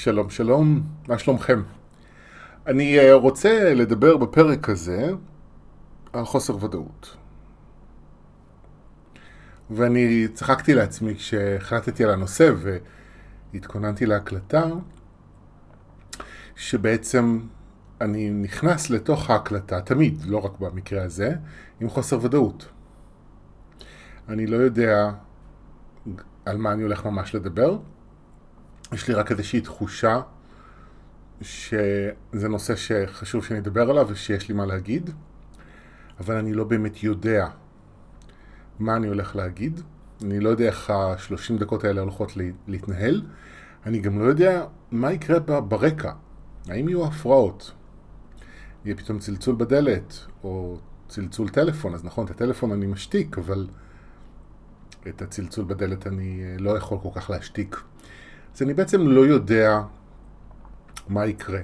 שלום, שלום, מה שלומכם? אני רוצה לדבר בפרק הזה על חוסר ודאות. ואני צחקתי לעצמי כשהחלטתי על הנושא והתכוננתי להקלטה, שבעצם אני נכנס לתוך ההקלטה, תמיד, לא רק במקרה הזה, עם חוסר ודאות. אני לא יודע על מה אני הולך ממש לדבר, יש לי רק איזושהי תחושה שזה נושא שחשוב שאני אדבר עליו ושיש לי מה להגיד, אבל אני לא באמת יודע מה אני הולך להגיד. אני לא יודע איך ה-30 דקות האלה הולכות להתנהל. אני גם לא יודע מה יקרה ברקע. האם יהיו הפרעות? יהיה פתאום צלצול בדלת או צלצול טלפון. אז נכון, את הטלפון אני משתיק, אבל את הצלצול בדלת אני לא יכול כל כך להשתיק. אז אני בעצם לא יודע מה יקרה.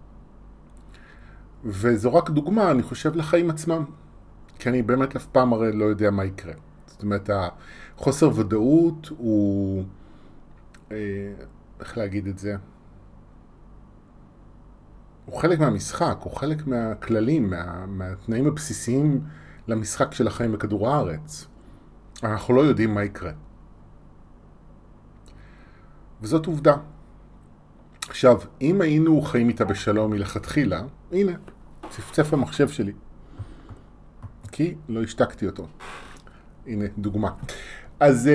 וזו רק דוגמה, אני חושב, לחיים עצמם. כי אני באמת אף פעם הרי לא יודע מה יקרה. זאת אומרת, החוסר ודאות הוא, איך להגיד את זה? הוא חלק מהמשחק, הוא חלק מהכללים, מהתנאים הבסיסיים למשחק של החיים בכדור הארץ. אנחנו לא יודעים מה יקרה. וזאת עובדה. עכשיו, אם היינו חיים איתה בשלום מלכתחילה, הנה, צפצף המחשב שלי. כי לא השתקתי אותו. הנה, דוגמה. אז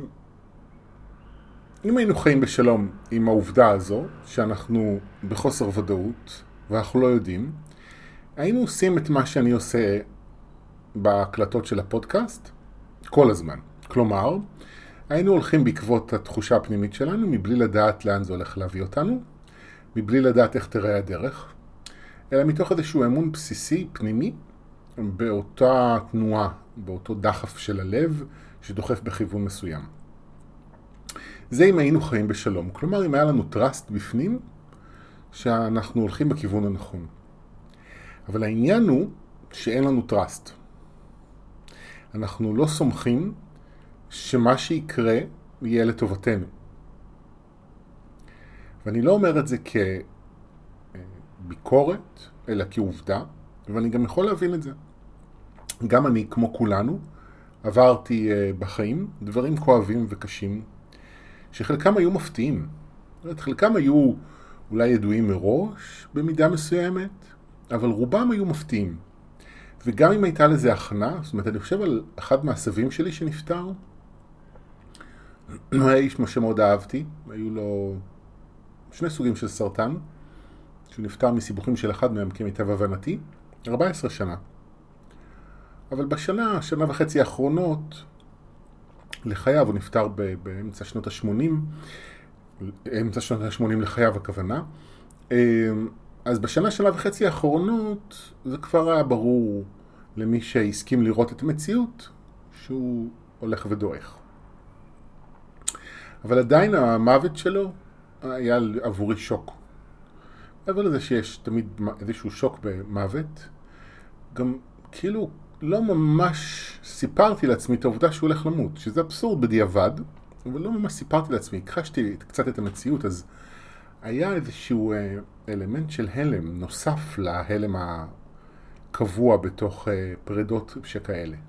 אם היינו חיים בשלום עם העובדה הזו, שאנחנו בחוסר ודאות, ואנחנו לא יודעים, היינו עושים את מה שאני עושה בהקלטות של הפודקאסט, כל הזמן. כלומר, היינו הולכים בעקבות התחושה הפנימית שלנו, מבלי לדעת לאן זה הולך להביא אותנו, מבלי לדעת איך תראה הדרך, אלא מתוך איזשהו אמון בסיסי, פנימי, באותה תנועה, באותו דחף של הלב, שדוחף בכיוון מסוים. זה אם היינו חיים בשלום. כלומר, אם היה לנו טרסט בפנים, שאנחנו הולכים בכיוון הנכון. אבל העניין הוא שאין לנו טרסט. אנחנו לא סומכים שמה שיקרה יהיה לטובתנו. ואני לא אומר את זה כביקורת, אלא כעובדה, ואני גם יכול להבין את זה. גם אני, כמו כולנו, עברתי בחיים דברים כואבים וקשים, שחלקם היו מפתיעים. חלקם היו אולי ידועים מראש במידה מסוימת, אבל רובם היו מפתיעים. וגם אם הייתה לזה הכנה, זאת אומרת, אני חושב על אחד מהסבים שלי שנפטר, היה איש שמאוד אהבתי, היו לו שני סוגים של סרטן, שהוא נפטר מסיבוכים של אחד מהם כמיטב הבנתי, 14 שנה. אבל שנה וחצי האחרונות לחייו, הוא נפטר באמצע שנות ה-80, אמצע שנות ה-80 לחייו הכוונה, אז שנה וחצי האחרונות זה כבר היה ברור למי שהסכים לראות את המציאות שהוא הולך ודועך. אבל עדיין המוות שלו היה עבורי שוק. אבל לזה שיש תמיד איזשהו שוק במוות, גם כאילו לא ממש סיפרתי לעצמי את העובדה שהוא הולך למות, שזה אבסורד בדיעבד, אבל לא ממש סיפרתי לעצמי, הכחשתי קצת את המציאות, אז היה איזשהו אלמנט של הלם נוסף להלם הקבוע בתוך פרדות שכאלה.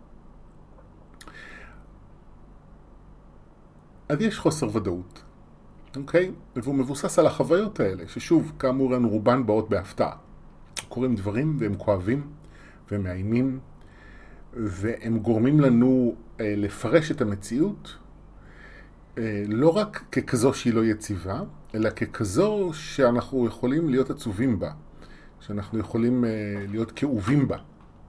אז יש חוסר ודאות, אוקיי? והוא מבוסס על החוויות האלה, ששוב, כאמור, הן רובן באות בהפתעה. קוראים דברים והם כואבים והם מאיימים, והם גורמים לנו לפרש את המציאות, לא רק ככזו שהיא לא יציבה, אלא ככזו שאנחנו יכולים להיות עצובים בה, שאנחנו יכולים להיות כאובים בה.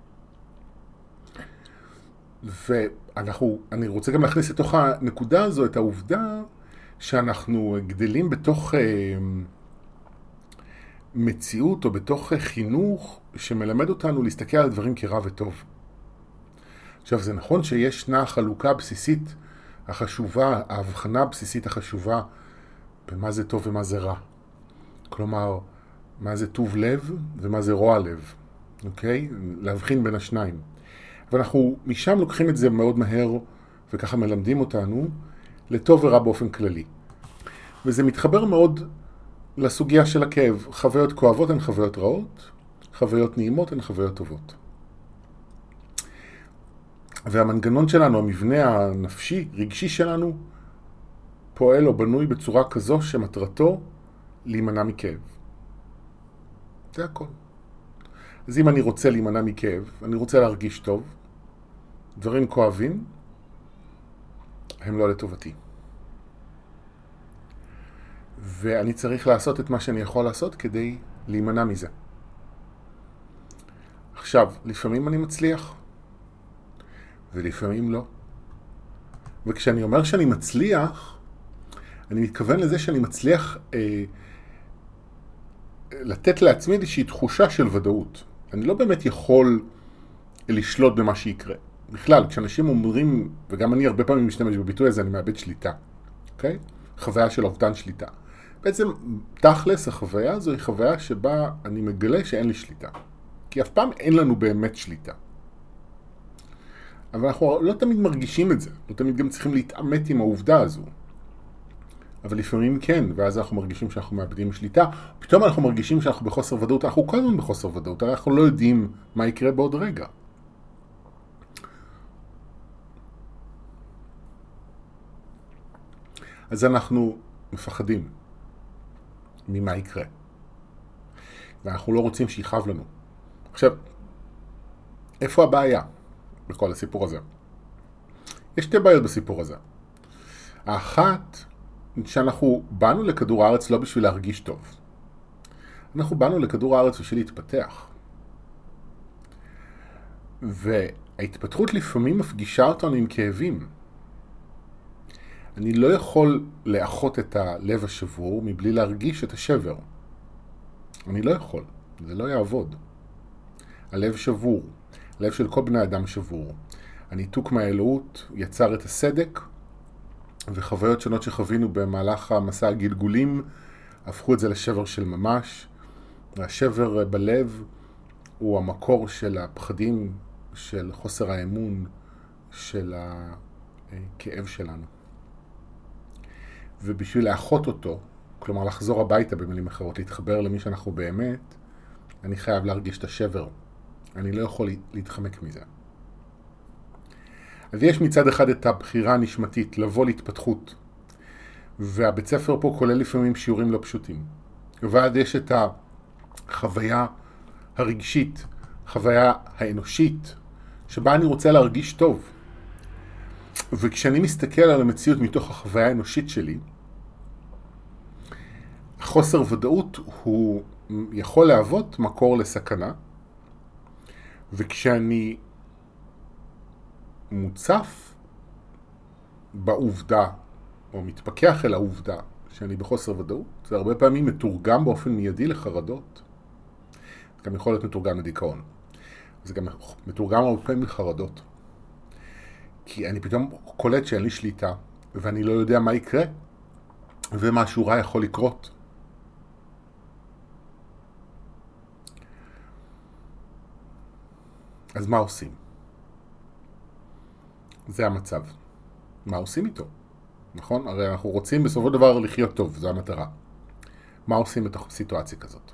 ואני רוצה גם להכניס לתוך הנקודה הזו את העובדה שאנחנו גדלים בתוך מציאות או בתוך חינוך שמלמד אותנו להסתכל על דברים כרע וטוב. עכשיו, זה נכון שישנה החלוקה הבסיסית החשובה, ההבחנה הבסיסית החשובה במה זה טוב ומה זה רע. כלומר, מה זה טוב לב ומה זה רוע לב. אוקיי? להבחין בין השניים. ואנחנו משם לוקחים את זה מאוד מהר, וככה מלמדים אותנו, לטוב ורע באופן כללי. וזה מתחבר מאוד לסוגיה של הכאב, חוויות כואבות הן חוויות רעות, חוויות נעימות הן חוויות טובות. והמנגנון שלנו, המבנה הנפשי, רגשי שלנו, פועל או בנוי בצורה כזו שמטרתו להימנע מכאב. זה הכל. אז אם אני רוצה להימנע מכאב, אני רוצה להרגיש טוב, דברים כואבים, הם לא לטובתי. ואני צריך לעשות את מה שאני יכול לעשות כדי להימנע מזה. עכשיו, לפעמים אני מצליח, ולפעמים לא. וכשאני אומר שאני מצליח, אני מתכוון לזה שאני מצליח לתת לעצמי איזושהי תחושה של ודאות. אני לא באמת יכול לשלוט במה שיקרה. בכלל, כשאנשים אומרים, וגם אני הרבה פעמים משתמש בביטוי הזה, אני מאבד שליטה. אוקיי? חוויה של אובדן שליטה. בעצם, תכלס, החוויה הזו היא חוויה שבה אני מגלה שאין לי שליטה. כי אף פעם אין לנו באמת שליטה. אבל אנחנו לא תמיד מרגישים את זה. לא תמיד גם צריכים להתעמת עם העובדה הזו. אבל לפעמים כן, ואז אנחנו מרגישים שאנחנו מאבדים שליטה. פתאום אנחנו מרגישים שאנחנו בחוסר ודאות. אנחנו כל הזמן בחוסר ודאות. אנחנו לא יודעים מה יקרה בעוד רגע. אז אנחנו מפחדים ממה יקרה. ואנחנו לא רוצים שיחב לנו. עכשיו, איפה הבעיה בכל הסיפור הזה? יש שתי בעיות בסיפור הזה. האחת, שאנחנו באנו לכדור הארץ לא בשביל להרגיש טוב. אנחנו באנו לכדור הארץ בשביל להתפתח. וההתפתחות לפעמים מפגישה אותנו עם כאבים. אני לא יכול לאחות את הלב השבור מבלי להרגיש את השבר. אני לא יכול. זה לא יעבוד. הלב שבור. הלב של כל בני אדם שבור. הניתוק מהאלוהות יצר את הסדק, וחוויות שונות שחווינו במהלך המסע הגלגולים הפכו את זה לשבר של ממש. והשבר בלב הוא המקור של הפחדים, של חוסר האמון, של הכאב שלנו. ובשביל לאחות אותו, כלומר לחזור הביתה במילים אחרות, להתחבר למי שאנחנו באמת, אני חייב להרגיש את השבר. אני לא יכול להתחמק מזה. אז יש מצד אחד את הבחירה הנשמתית, לבוא להתפתחות. והבית ספר פה כולל לפעמים שיעורים לא פשוטים. ועד יש את החוויה הרגשית, חוויה האנושית, שבה אני רוצה להרגיש טוב. וכשאני מסתכל על המציאות מתוך החוויה האנושית שלי, חוסר ודאות הוא יכול להוות מקור לסכנה, וכשאני מוצף בעובדה, או מתפכח אל העובדה שאני בחוסר ודאות, זה הרבה פעמים מתורגם באופן מיידי לחרדות. זה גם יכול להיות מתורגם לדיכאון. זה גם מתורגם הרבה פעמים לחרדות. כי אני פתאום קולט שאין לי שליטה, ואני לא יודע מה יקרה, ומשהו רע יכול לקרות. אז מה עושים? זה המצב. מה עושים איתו? נכון? הרי אנחנו רוצים בסופו של דבר לחיות טוב, זו המטרה. מה עושים בתוך סיטואציה כזאת?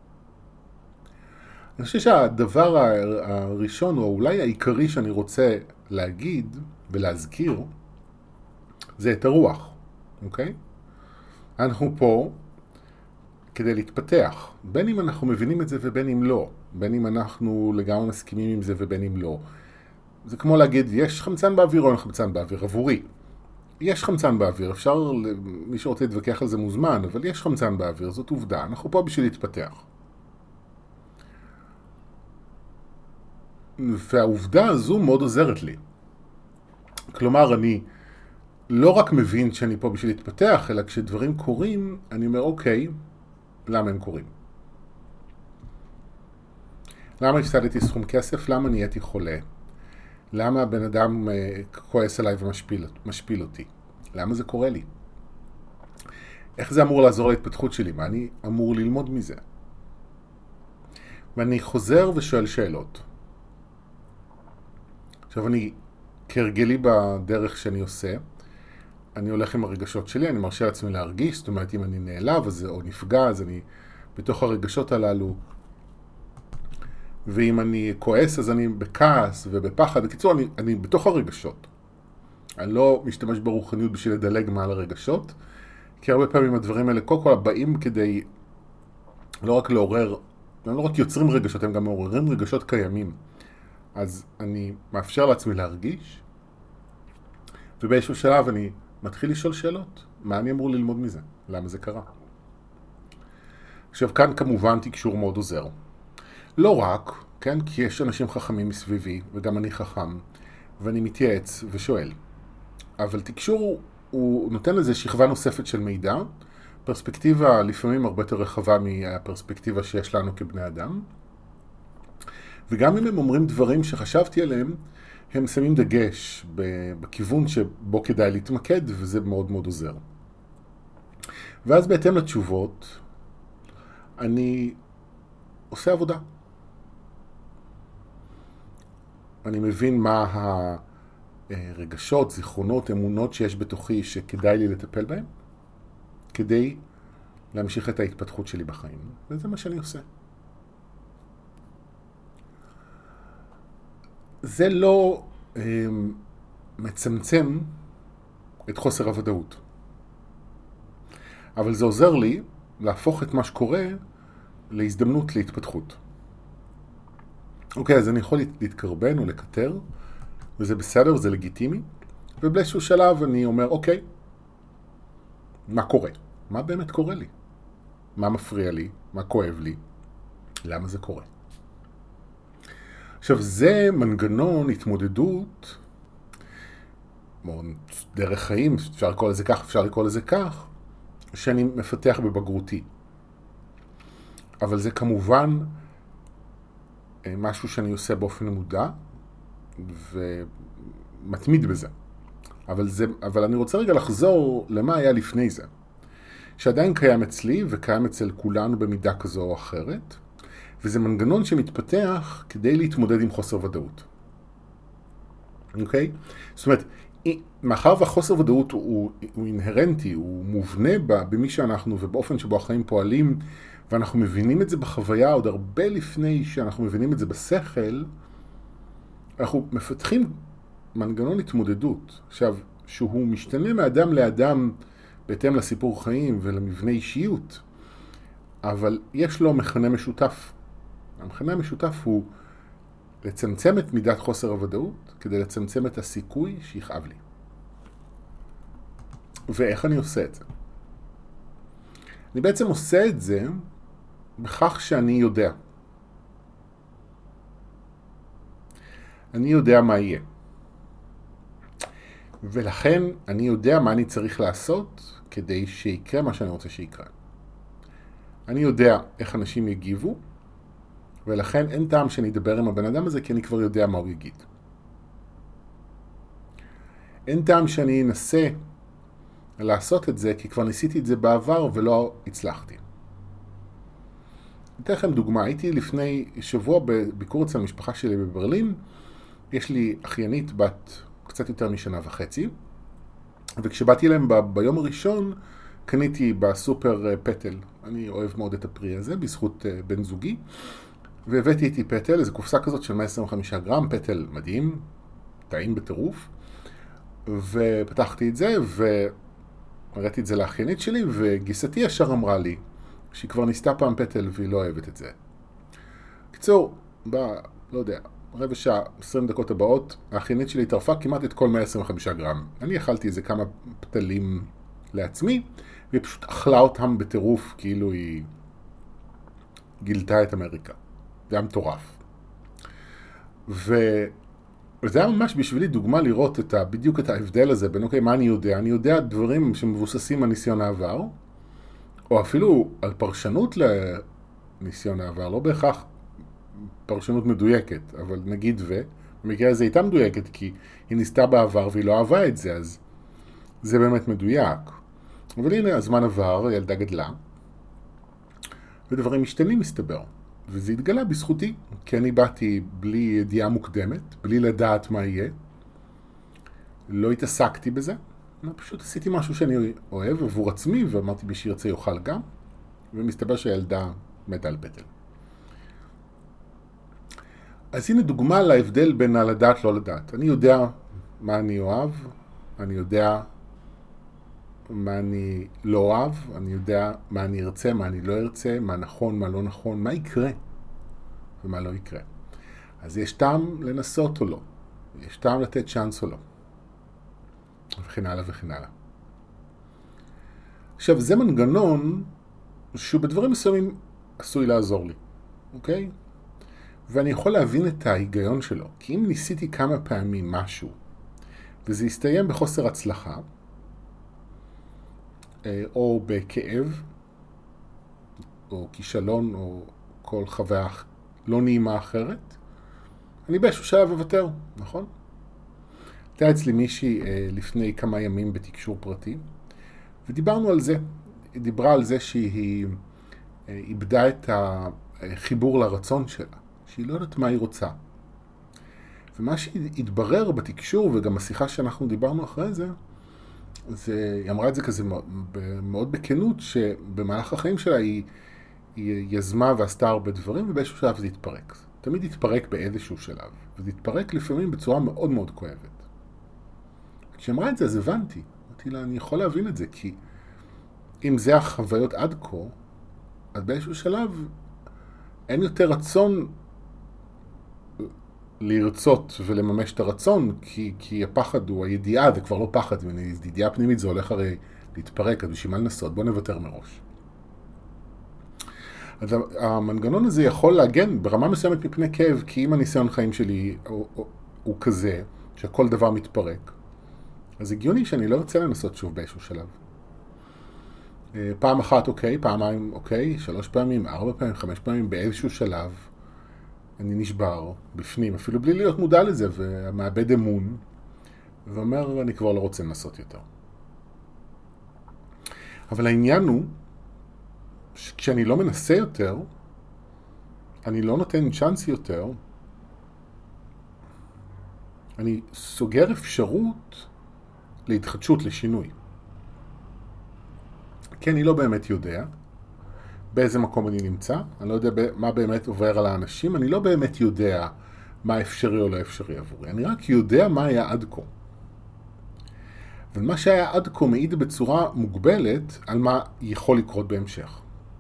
אני חושב שהדבר הראשון, או אולי העיקרי שאני רוצה להגיד ולהזכיר, זה את הרוח, אוקיי? אנחנו פה כדי להתפתח, בין אם אנחנו מבינים את זה ובין אם לא, בין אם אנחנו לגמרי מסכימים עם זה ובין אם לא. זה כמו להגיד, יש חמצן באוויר או אין חמצן באוויר, עבורי. יש חמצן באוויר, אפשר, מי שרוצה להתווכח על זה מוזמן, אבל יש חמצן באוויר, זאת עובדה, אנחנו פה בשביל להתפתח. והעובדה הזו מאוד עוזרת לי. כלומר, אני לא רק מבין שאני פה בשביל להתפתח, אלא כשדברים קורים, אני אומר, אוקיי, למה הם קורים? למה הפסדתי סכום כסף? למה נהייתי חולה? למה הבן אדם כועס עליי ומשפיל אותי? למה זה קורה לי? איך זה אמור לעזור להתפתחות שלי? מה אני אמור ללמוד מזה? ואני חוזר ושואל שאלות. עכשיו אני, כהרגלי בדרך שאני עושה, אני הולך עם הרגשות שלי, אני מרשה לעצמי להרגיש, זאת אומרת, אם אני נעלב או נפגע, אז אני בתוך הרגשות הללו, ואם אני כועס, אז אני בכעס ובפחד. בקיצור, אני בתוך הרגשות. אני לא משתמש ברוחניות בשביל לדלג מעל הרגשות, כי הרבה פעמים הדברים האלה קודם כל באים כדי לא רק לעורר, הם לא רק יוצרים רגשות, הם גם מעוררים רגשות קיימים. אז אני מאפשר לעצמי להרגיש, ובאיזשהו שלב אני מתחיל לשאול שאלות. מה אני אמור ללמוד מזה? למה זה קרה? עכשיו, כאן כמובן תקשור מאוד עוזר. לא רק, כן? כי יש אנשים חכמים מסביבי, וגם אני חכם, ואני מתייעץ ושואל. אבל תקשור הוא נותן לזה שכבה נוספת של מידע, פרספקטיבה לפעמים הרבה יותר רחבה מהפרספקטיבה שיש לנו כבני אדם, וגם אם הם אומרים דברים שחשבתי עליהם, הם שמים דגש בכיוון שבו כדאי להתמקד, וזה מאוד מאוד עוזר. ואז בהתאם לתשובות, אני עושה עבודה. אני מבין מה הרגשות, זיכרונות, אמונות שיש בתוכי שכדאי לי לטפל בהם, כדי להמשיך את ההתפתחות שלי בחיים. וזה מה שאני עושה. זה לא מצמצם את חוסר הוודאות. אבל זה עוזר לי להפוך את מה שקורה להזדמנות להתפתחות. אוקיי, אז אני יכול להתקרבן או לקטר, וזה בסדר, זה לגיטימי, ובאיזשהו שלב אני אומר, אוקיי, מה קורה? מה באמת קורה לי? מה מפריע לי? מה כואב לי? למה זה קורה? עכשיו, זה מנגנון התמודדות, דרך חיים, אפשר לקרוא לזה כך, אפשר לקרוא לזה כך, שאני מפתח בבגרותי. אבל זה כמובן משהו שאני עושה באופן מודע, ומתמיד בזה. אבל אני רוצה רגע לחזור למה היה לפני זה. שעדיין קיים אצלי וקיים אצל כולנו במידה כזו או אחרת, וזה מנגנון שמתפתח כדי להתמודד עם חוסר ודאות. אוקיי? זאת אומרת, מאחר והחוסר ודאות הוא אינהרנטי, הוא מובנה במי שאנחנו ובאופן שבו החיים פועלים, ואנחנו מבינים את זה בחוויה עוד הרבה לפני שאנחנו מבינים את זה בשכל, אנחנו מפתחים מנגנון התמודדות. עכשיו, שהוא משתנה מאדם לאדם בהתאם לסיפור חיים ולמבנה אישיות, אבל יש לו מכנה משותף. המכנה המשותף הוא לצמצם את מידת חוסר הוודאות כדי לצמצם את הסיכוי שיכאב לי. ואיך אני עושה את זה? אני בעצם עושה את זה בכך שאני יודע. אני יודע מה יהיה. ולכן אני יודע מה אני צריך לעשות כדי שיקרה מה שאני רוצה שיקרה. אני יודע איך אנשים יגיבו, ולכן אין טעם שאני אדבר עם הבן אדם הזה, כי אני כבר יודע מה הוא יגיד. אין טעם שאני אנסה לעשות את זה, כי כבר ניסיתי את זה בעבר ולא הצלחתי. אתן לכם דוגמה, הייתי לפני שבוע בביקור אצל המשפחה שלי בברלין, יש לי אחיינית בת קצת יותר משנה וחצי, וכשבאתי אליהם ביום הראשון, קניתי בסופר פטל. אני אוהב מאוד את הפרי הזה, בזכות בן זוגי, והבאתי איתי פטל, איזו קופסה כזאת של 125 גרם, פטל מדהים, טעים בטירוף, ופתחתי את זה, וראיתי את זה לאחיינית שלי, וגיסתי ישר אמרה לי, שהיא כבר ניסתה פעם פטל והיא לא אוהבת את זה. קיצור, לא יודע, רבע שעה, 20 דקות הבאות, האחיינית שלי התערפה כמעט את כל 125 גרם. אני אכלתי איזה כמה פטלים לעצמי, והיא פשוט אכלה אותם בטירוף, כאילו היא גילתה את אמריקה. זה היה מטורף. וזה היה ממש בשבילי דוגמה לראות בדיוק את ההבדל הזה בין, אוקיי, מה אני יודע? אני יודע דברים שמבוססים על ניסיון העבר, או אפילו על פרשנות לניסיון העבר, לא בהכרח פרשנות מדויקת, אבל נגיד במקרה הזה הייתה מדויקת, כי היא ניסתה בעבר והיא לא אהבה את זה, אז זה באמת מדויק. אבל הנה, הזמן עבר, הילדה גדלה, ודברים משתנים מסתבר. וזה התגלה בזכותי, כי אני באתי בלי ידיעה מוקדמת, בלי לדעת מה יהיה. לא התעסקתי בזה, פשוט עשיתי משהו שאני אוהב עבור עצמי, ואמרתי מי שירצה יאכל גם, ומסתבר שהילדה מתה על פטל. אז הנה דוגמה להבדל בין לדעת לא לדעת. אני יודע מה אני אוהב, אני יודע מה אני לא אוהב, אני יודע מה אני ארצה, מה אני לא ארצה, מה נכון, מה לא נכון, מה יקרה ומה לא יקרה. אז יש טעם לנסות או לא, יש טעם לתת צ'אנס או לא, וכן הלאה וכן הלאה. עכשיו, זה מנגנון שהוא בדברים מסוימים עשוי לעזור לי, אוקיי? ואני יכול להבין את ההיגיון שלו, כי אם ניסיתי כמה פעמים משהו, וזה יסתיים בחוסר הצלחה, או בכאב, או כישלון, או כל חוויה לא נעימה אחרת, אני באיזשהו שלב אוותר, נכון? הייתה אצלי מישהי לפני כמה ימים בתקשור פרטי, ודיברנו על זה. היא דיברה על זה שהיא איבדה את החיבור לרצון שלה, שהיא לא יודעת מה היא רוצה. ומה שהתברר בתקשור, וגם השיחה שאנחנו דיברנו אחרי זה, היא אמרה את זה כזה מאוד בכנות, שבמהלך החיים שלה היא יזמה ועשתה הרבה דברים, ובאיזשהו שלב זה התפרק. תמיד התפרק באיזשהו שלב, וזה התפרק לפעמים בצורה מאוד מאוד כואבת. כשאמרה את זה, אז הבנתי. אמרתי לה, אני יכול להבין את זה, כי אם זה החוויות עד כה, אז באיזשהו שלב אין יותר רצון לרצות ולממש את הרצון, כי הפחד הוא הידיעה, זה כבר לא פחד, ידיעה פנימית זה הולך הרי להתפרק, אז בשביל מה לנסות, בוא נוותר מראש. אז המנגנון הזה יכול להגן ברמה מסוימת מפני כאב, כי אם הניסיון חיים שלי הוא כזה, שכל דבר מתפרק, אז הגיוני שאני לא רוצה לנסות שוב באיזשהו שלב. פעם אחת אוקיי, פעמיים אוקיי, 3 פעמים, 4 פעמים, 5 פעמים, באיזשהו שלב אני נשבר בפנים, אפילו בלי להיות מודע לזה, ומאבד אמון, ואומר אני כבר לא רוצה לנסות יותר. אבל העניין הוא, כשאני לא מנסה יותר, אני לא נותן צ'אנס יותר, אני סוגר אפשרות להתחדשות, לשינוי. כי אני לא באמת יודע באיזה מקום אני נמצא, אני לא יודע מה באמת עובר על האנשים, אני לא באמת יודע מה אפשרי או לא אפשרי עבורי, אני רק יודע מה היה עד כה. ומה שהיה עד כה מעיד בצורה מוגבלת על מה יכול לקרות בהמשך.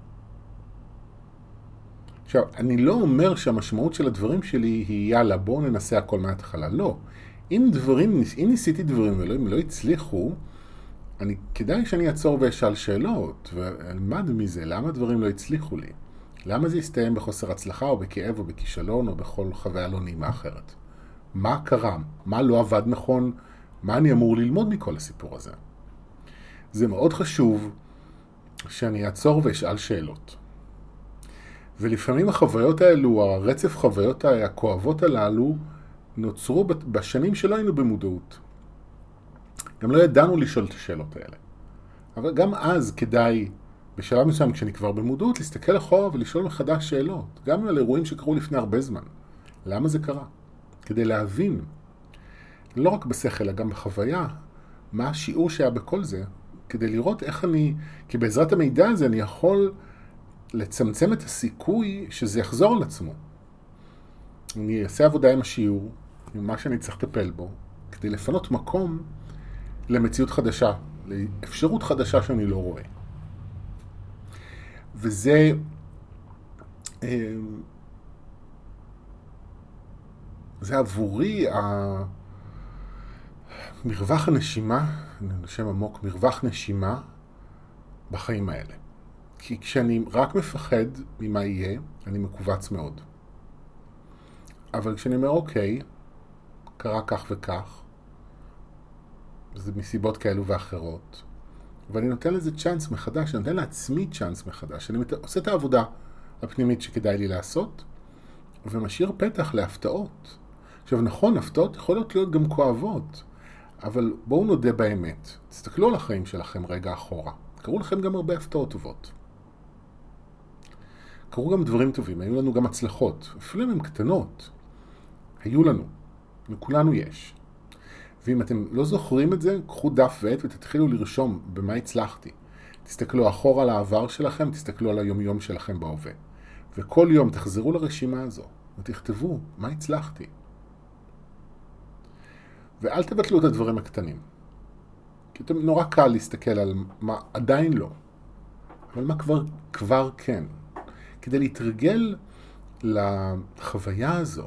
עכשיו, אני לא אומר שהמשמעות של הדברים שלי היא יאללה, בואו ננסה הכל מההתחלה, לא. אם ניסיתי דברים והם לא הצליחו, כדאי שאני אעצור ואשאל שאלות, ואלמד מזה, למה דברים לא הצליחו לי? למה זה יסתיים בחוסר הצלחה, או בכאב, או בכישלון, או בכל חוויה לא נעימה אחרת? מה קרה? מה לא עבד נכון? מה אני אמור ללמוד מכל הסיפור הזה? זה מאוד חשוב שאני אעצור ואשאל שאלות. ולפעמים החוויות האלו, הרצף חוויות הכואבות הללו, נוצרו בשנים שלא היינו במודעות. גם לא ידענו לשאול את השאלות האלה. אבל גם אז כדאי, בשלב מסוים כשאני כבר במודעות, להסתכל אחורה ולשאול מחדש שאלות. גם על אירועים שקרו לפני הרבה זמן. למה זה קרה? כדי להבין, לא רק בשכל, אלא גם בחוויה, מה השיעור שהיה בכל זה, כדי לראות איך כי בעזרת המידע הזה אני יכול לצמצם את הסיכוי שזה יחזור על עצמו. אני אעשה עבודה עם השיעור, עם מה שאני צריך לטפל בו, כדי לפנות מקום למציאות חדשה, לאפשרות חדשה שאני לא רואה. וזה זה עבורי מרווח הנשימה, אני נושם עמוק, מרווח נשימה בחיים האלה. כי כשאני רק מפחד ממה יהיה, אני מקובץ מאוד. אבל כשאני אומר, אוקיי, קרה כך וכך, זה מסיבות כאלו ואחרות, ואני נותן לזה צ'אנס מחדש, אני נותן לעצמי צ'אנס מחדש, אני עושה את העבודה הפנימית שכדאי לי לעשות, ומשאיר פתח להפתעות. עכשיו נכון, הפתעות יכולות להיות גם כואבות, אבל בואו נודה באמת, תסתכלו על החיים שלכם רגע אחורה, קראו לכם גם הרבה הפתעות טובות. קראו גם דברים טובים, היו לנו גם הצלחות, אפילו אם הן קטנות, היו לנו, לכולנו יש. ואם אתם לא זוכרים את זה, קחו דף ועט ותתחילו לרשום במה הצלחתי. תסתכלו אחורה על העבר שלכם, תסתכלו על היומיום שלכם בהווה. וכל יום תחזרו לרשימה הזו ותכתבו מה הצלחתי. ואל תבטלו את הדברים הקטנים. כי אתם נורא קל להסתכל על מה עדיין לא. אבל מה כבר כן. כדי להתרגל לחוויה הזו,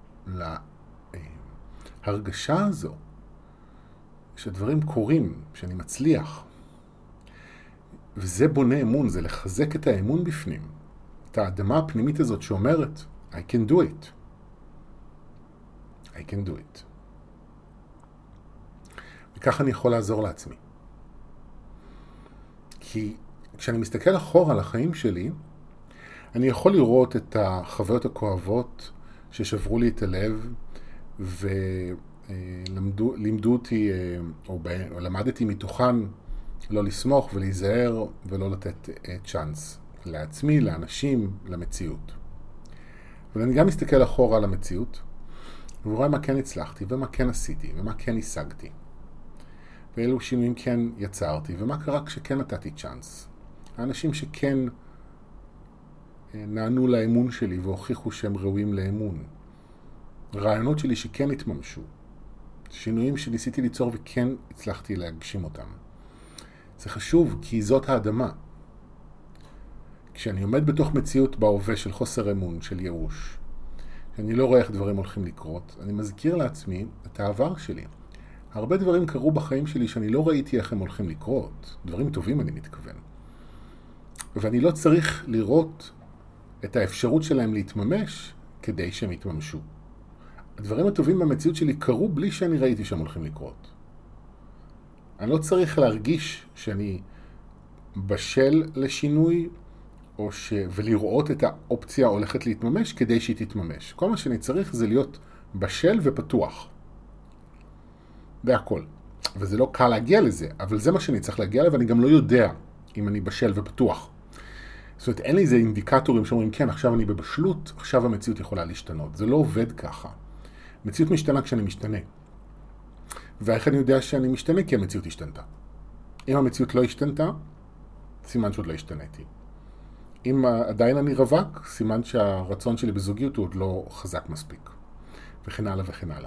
להרגשה הזו, שדברים קורים, שאני מצליח. וזה בונה אמון, זה לחזק את האמון בפנים. את האדמה הפנימית הזאת שאומרת, I can do it. I can do it. וכך אני יכול לעזור לעצמי. כי כשאני מסתכל אחורה על החיים שלי, אני יכול לראות את החוויות הכואבות ששברו לי את הלב, ולימדו אותי, או למדתי מתוכן, לא לסמוך ולהיזהר ולא לתת צ'אנס לעצמי, לאנשים, למציאות. אבל אני גם מסתכל אחורה על המציאות, ורואה מה כן הצלחתי, ומה כן עשיתי, ומה כן השגתי. ואילו שינויים כן יצרתי, ומה קרה כשכן נתתי צ'אנס. האנשים שכן נענו לאמון שלי והוכיחו שהם ראויים לאמון. רעיונות שלי שכן התממשו. שינויים שניסיתי ליצור וכן הצלחתי להגשים אותם. זה חשוב כי זאת האדמה. כשאני עומד בתוך מציאות בהווה של חוסר אמון, של ייאוש, שאני לא רואה איך דברים הולכים לקרות, אני מזכיר לעצמי את העבר שלי. הרבה דברים קרו בחיים שלי שאני לא ראיתי איך הם הולכים לקרות. דברים טובים אני מתכוון. ואני לא צריך לראות את האפשרות שלהם להתממש כדי שהם יתממשו. הדברים הטובים במציאות שלי קרו בלי שאני ראיתי שהם הולכים לקרות. אני לא צריך להרגיש שאני בשל לשינוי ולראות את האופציה הולכת להתממש כדי שהיא תתממש. כל מה שאני צריך זה להיות בשל ופתוח. זה הכל. וזה לא קל להגיע לזה, אבל זה מה שאני צריך להגיע אליו, ואני גם לא יודע אם אני בשל ופתוח. זאת אומרת, אין לי איזה אינדיקטורים שאומרים, כן, עכשיו אני בבשלות, עכשיו המציאות יכולה להשתנות. זה לא עובד ככה. מציאות משתנה כשאני משתנה. ואיך אני יודע שאני משתנה? כי המציאות השתנתה. אם המציאות לא השתנתה, סימן שעוד לא השתניתי. אם עדיין אני רווק, סימן שהרצון שלי בזוגיות הוא עוד לא חזק מספיק. וכן הלאה וכן הלאה.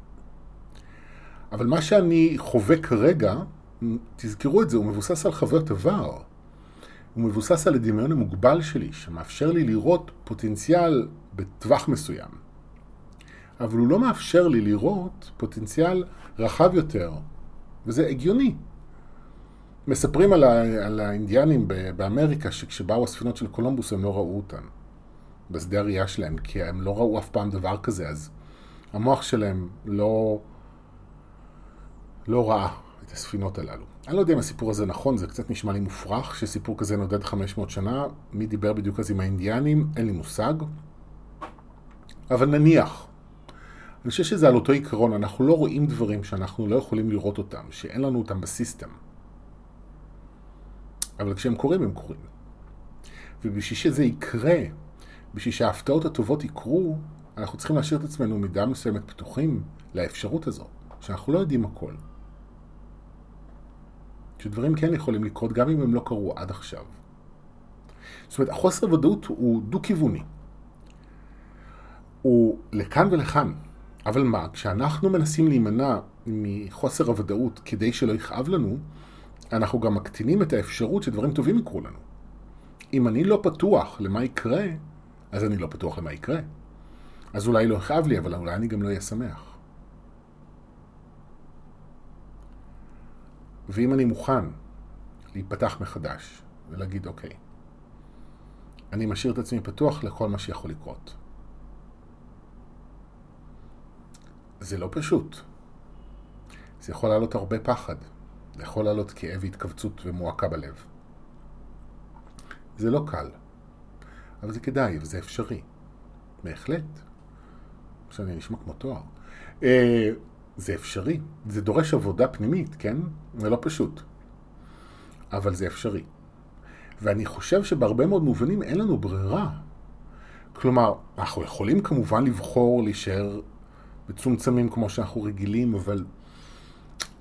אבל מה שאני חווה כרגע, תזכרו את זה, הוא מבוסס על חוויות עבר. הוא מבוסס על הדמיון המוגבל שלי, שמאפשר לי לראות פוטנציאל בטווח מסוים. אבל הוא לא מאפשר לי לראות פוטנציאל רחב יותר, וזה הגיוני. מספרים על האינדיאנים באמריקה, שכשבאו הספינות של קולומבוס הם לא ראו אותן, בשדה הראייה שלהם, כי הם לא ראו אף פעם דבר כזה, אז המוח שלהם לא ראה את הספינות הללו. אני לא יודע אם הסיפור הזה נכון, זה קצת נשמע לי מופרך, שסיפור כזה נודד 500 שנה, מי דיבר בדיוק אז עם האינדיאנים, אין לי מושג, אבל נניח, אני חושב שזה על אותו עיקרון, אנחנו לא רואים דברים שאנחנו לא יכולים לראות אותם, שאין לנו אותם בסיסטם. אבל כשהם קורים, הם קורים. ובשביל שזה יקרה, בשביל שההפתעות הטובות יקרו, אנחנו צריכים להשאיר את עצמנו מידה מסוימת פתוחים לאפשרות הזו, שאנחנו לא יודעים הכל. שדברים כן יכולים לקרות גם אם הם לא קרו עד עכשיו. זאת אומרת, החוסר ודאות הוא דו-כיווני. הוא לכאן ולכאן. אבל מה, כשאנחנו מנסים להימנע מחוסר הוודאות כדי שלא יכאב לנו, אנחנו גם מקטינים את האפשרות שדברים טובים יקרו לנו. אם אני לא פתוח למה יקרה, אז אני לא פתוח למה יקרה. אז אולי לא יכאב לי, אבל אולי אני גם לא אהיה שמח. ואם אני מוכן להיפתח מחדש ולהגיד, אוקיי, אני משאיר את עצמי פתוח לכל מה שיכול לקרות. זה לא פשוט. זה יכול לעלות הרבה פחד. זה יכול לעלות כאב והתכווצות ומועקה בלב. זה לא קל. אבל זה כדאי וזה אפשרי. בהחלט. שאני נשמע כמו תואר. זה אפשרי. זה דורש עבודה פנימית, כן? זה לא פשוט. אבל זה אפשרי. ואני חושב שבהרבה מאוד מובנים אין לנו ברירה. כלומר, אנחנו יכולים כמובן לבחור להישאר מצומצמים כמו שאנחנו רגילים, אבל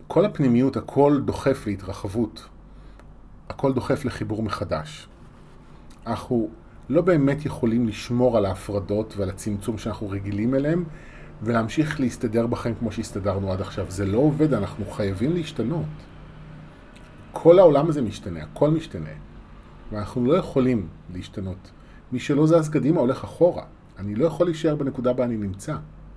כל הפנימיות, הכל דוחף להתרחבות, הכל דוחף לחיבור מחדש. אנחנו לא באמת יכולים לשמור על ההפרדות ועל הצמצום שאנחנו רגילים אליהם, ולהמשיך להסתדר בחיים כמו שהסתדרנו עד עכשיו. זה לא עובד, אנחנו חייבים להשתנות. כל העולם הזה משתנה, הכל משתנה. ואנחנו לא יכולים להשתנות. מי שלא זז קדימה הולך אחורה. אני לא יכול להישאר בנקודה בה אני נמצא.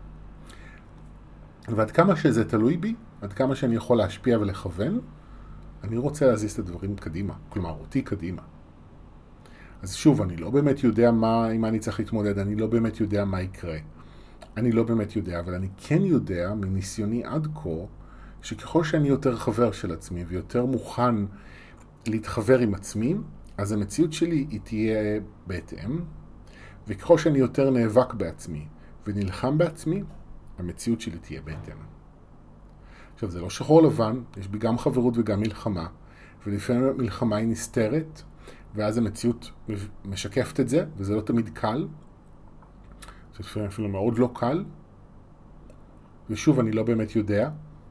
ועד כמה שזה תלוי בי, עד כמה שאני יכול להשפיע ולכוון, אני רוצה להזיז את הדברים קדימה. כלומר, אותי קדימה. אז שוב, אני לא באמת יודע עם מה אני צריך להתמודד, אני לא באמת יודע מה יקרה. אני לא באמת יודע, אבל אני כן יודע מניסיוני עד כה, שככל שאני יותר חבר של עצמי ויותר מוכן להתחבר עם עצמי, אז המציאות שלי היא תהיה בהתאם, וככל שאני יותר נאבק בעצמי ונלחם בעצמי, המציאות שלי תהיה בהתאם. עכשיו, זה לא שחור לבן, יש בי גם חברות וגם מלחמה, ולפעמים המלחמה היא נסתרת, ואז המציאות משקפת את זה, וזה לא תמיד קל. זה לפעמים אפילו מאוד לא קל. ושוב, אני לא באמת יודע.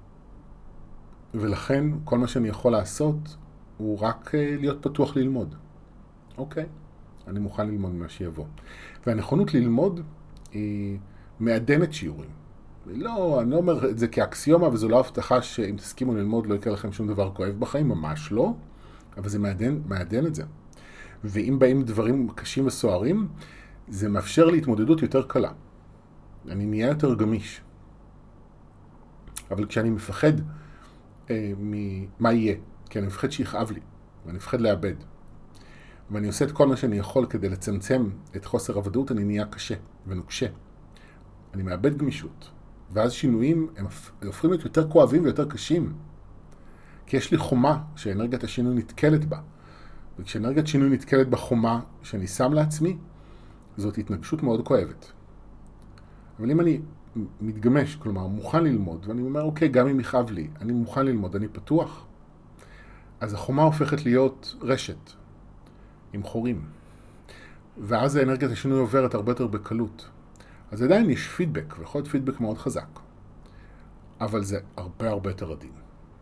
ולכן, כל מה שאני יכול לעשות, הוא רק להיות פתוח ללמוד. אוקיי, אני מוכן ללמוד ממה שיבוא. והנכונות ללמוד היא מעדנת שיעורים. לא, אני לא אומר את זה כאקסיומה, וזו לא הבטחה שאם תסכימו ללמוד לא יקרה לכם שום דבר כואב בחיים, ממש לא. אבל זה מעדן את זה. ואם באים דברים קשים וסוערים, זה מאפשר לי התמודדות יותר קלה. אני נהיה יותר גמיש. אבל כשאני מפחד ממה יהיה, כי אני מפחד שיכאב לי, ואני מפחד לאבד, ואני עושה את כל מה שאני יכול כדי לצמצם את חוסר הוודאות, אני נהיה קשה ונוקשה. אני מאבד גמישות. ואז שינויים הם הופכים להיות יותר כואבים ויותר קשים. כי יש לי חומה שאנרגיית השינוי נתקלת בה. וכשאנרגיית שינוי נתקלת בחומה שאני שם לעצמי, זאת התנגשות מאוד כואבת. אבל אם אני מתגמש, כלומר מוכן ללמוד, ואני אומר, אוקיי, גם אם יכאב לי, אני מוכן ללמוד, אני פתוח, אז החומה הופכת להיות רשת עם חורים. ואז האנרגיית השינוי עוברת הרבה יותר בקלות. אז עדיין יש פידבק, ויכול להיות פידבק מאוד חזק. אבל זה הרבה יותר עדין.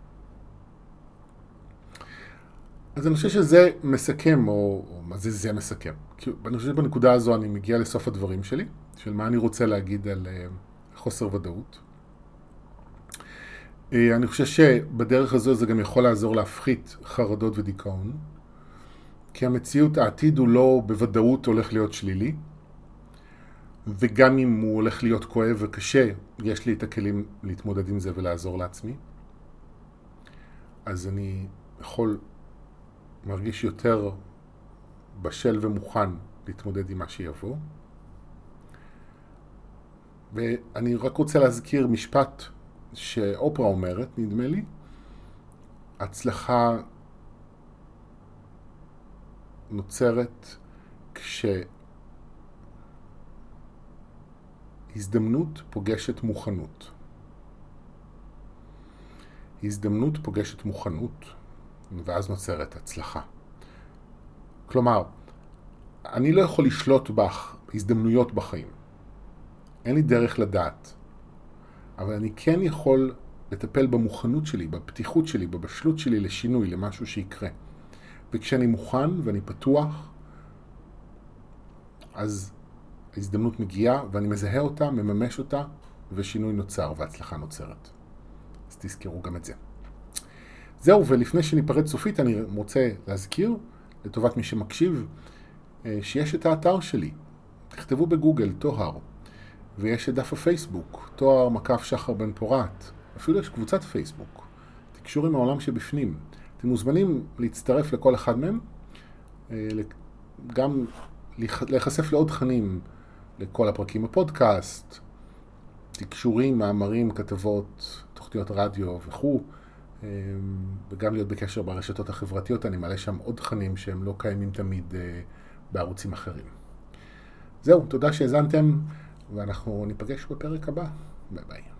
אז אני חושב שזה מסכם, או מה זה מסכם. כי אני חושב שבנקודה הזו אני מגיע לסוף הדברים שלי, של מה אני רוצה להגיד על חוסר ודאות. אני חושב שבדרך הזו זה גם יכול לעזור להפחית חרדות ודיכאון, כי המציאות, העתיד הוא לא בוודאות הולך להיות שלילי, וגם אם הוא הולך להיות כואב וקשה, יש לי את הכלים להתמודד עם זה ולעזור לעצמי. אז אני יכול מרגיש יותר בשל ומוכן להתמודד עם מה שיבוא. ואני רק רוצה להזכיר משפט שאופרה אומרת, נדמה לי, הצלחה נוצרת כשהזדמנות פוגשת מוכנות. הזדמנות פוגשת מוכנות, ואז נוצרת הצלחה. כלומר, אני לא יכול לשלוט בהזדמנויות בחיים. אין לי דרך לדעת. אבל אני כן יכול לטפל במוכנות שלי, בפתיחות שלי, בבשלות שלי לשינוי, למשהו שיקרה. וכשאני מוכן ואני פתוח, אז ההזדמנות מגיעה ואני מזהה אותה, מממש אותה, ושינוי נוצר והצלחה נוצרת. אז תזכרו גם את זה. זהו, ולפני שניפרד סופית, אני רוצה להזכיר, לטובת מי שמקשיב, שיש את האתר שלי. תכתבו בגוגל, טוהר, ויש את דף הפייסבוק, טוהר מקף שחר בן פורת. אפילו יש קבוצת פייסבוק. תקשור עם העולם שבפנים. אתם מוזמנים להצטרף לכל אחד מהם, גם להיחשף לעוד תכנים, לכל הפרקים בפודקאסט, תקשורים, מאמרים, כתבות, תוכניות רדיו וכו', וגם להיות בקשר ברשתות החברתיות. אני מעלה שם עוד תכנים שהם לא קיימים תמיד בערוצים אחרים. זהו, תודה שהזנתם, ואנחנו ניפגש בפרק הבא. ביי ביי.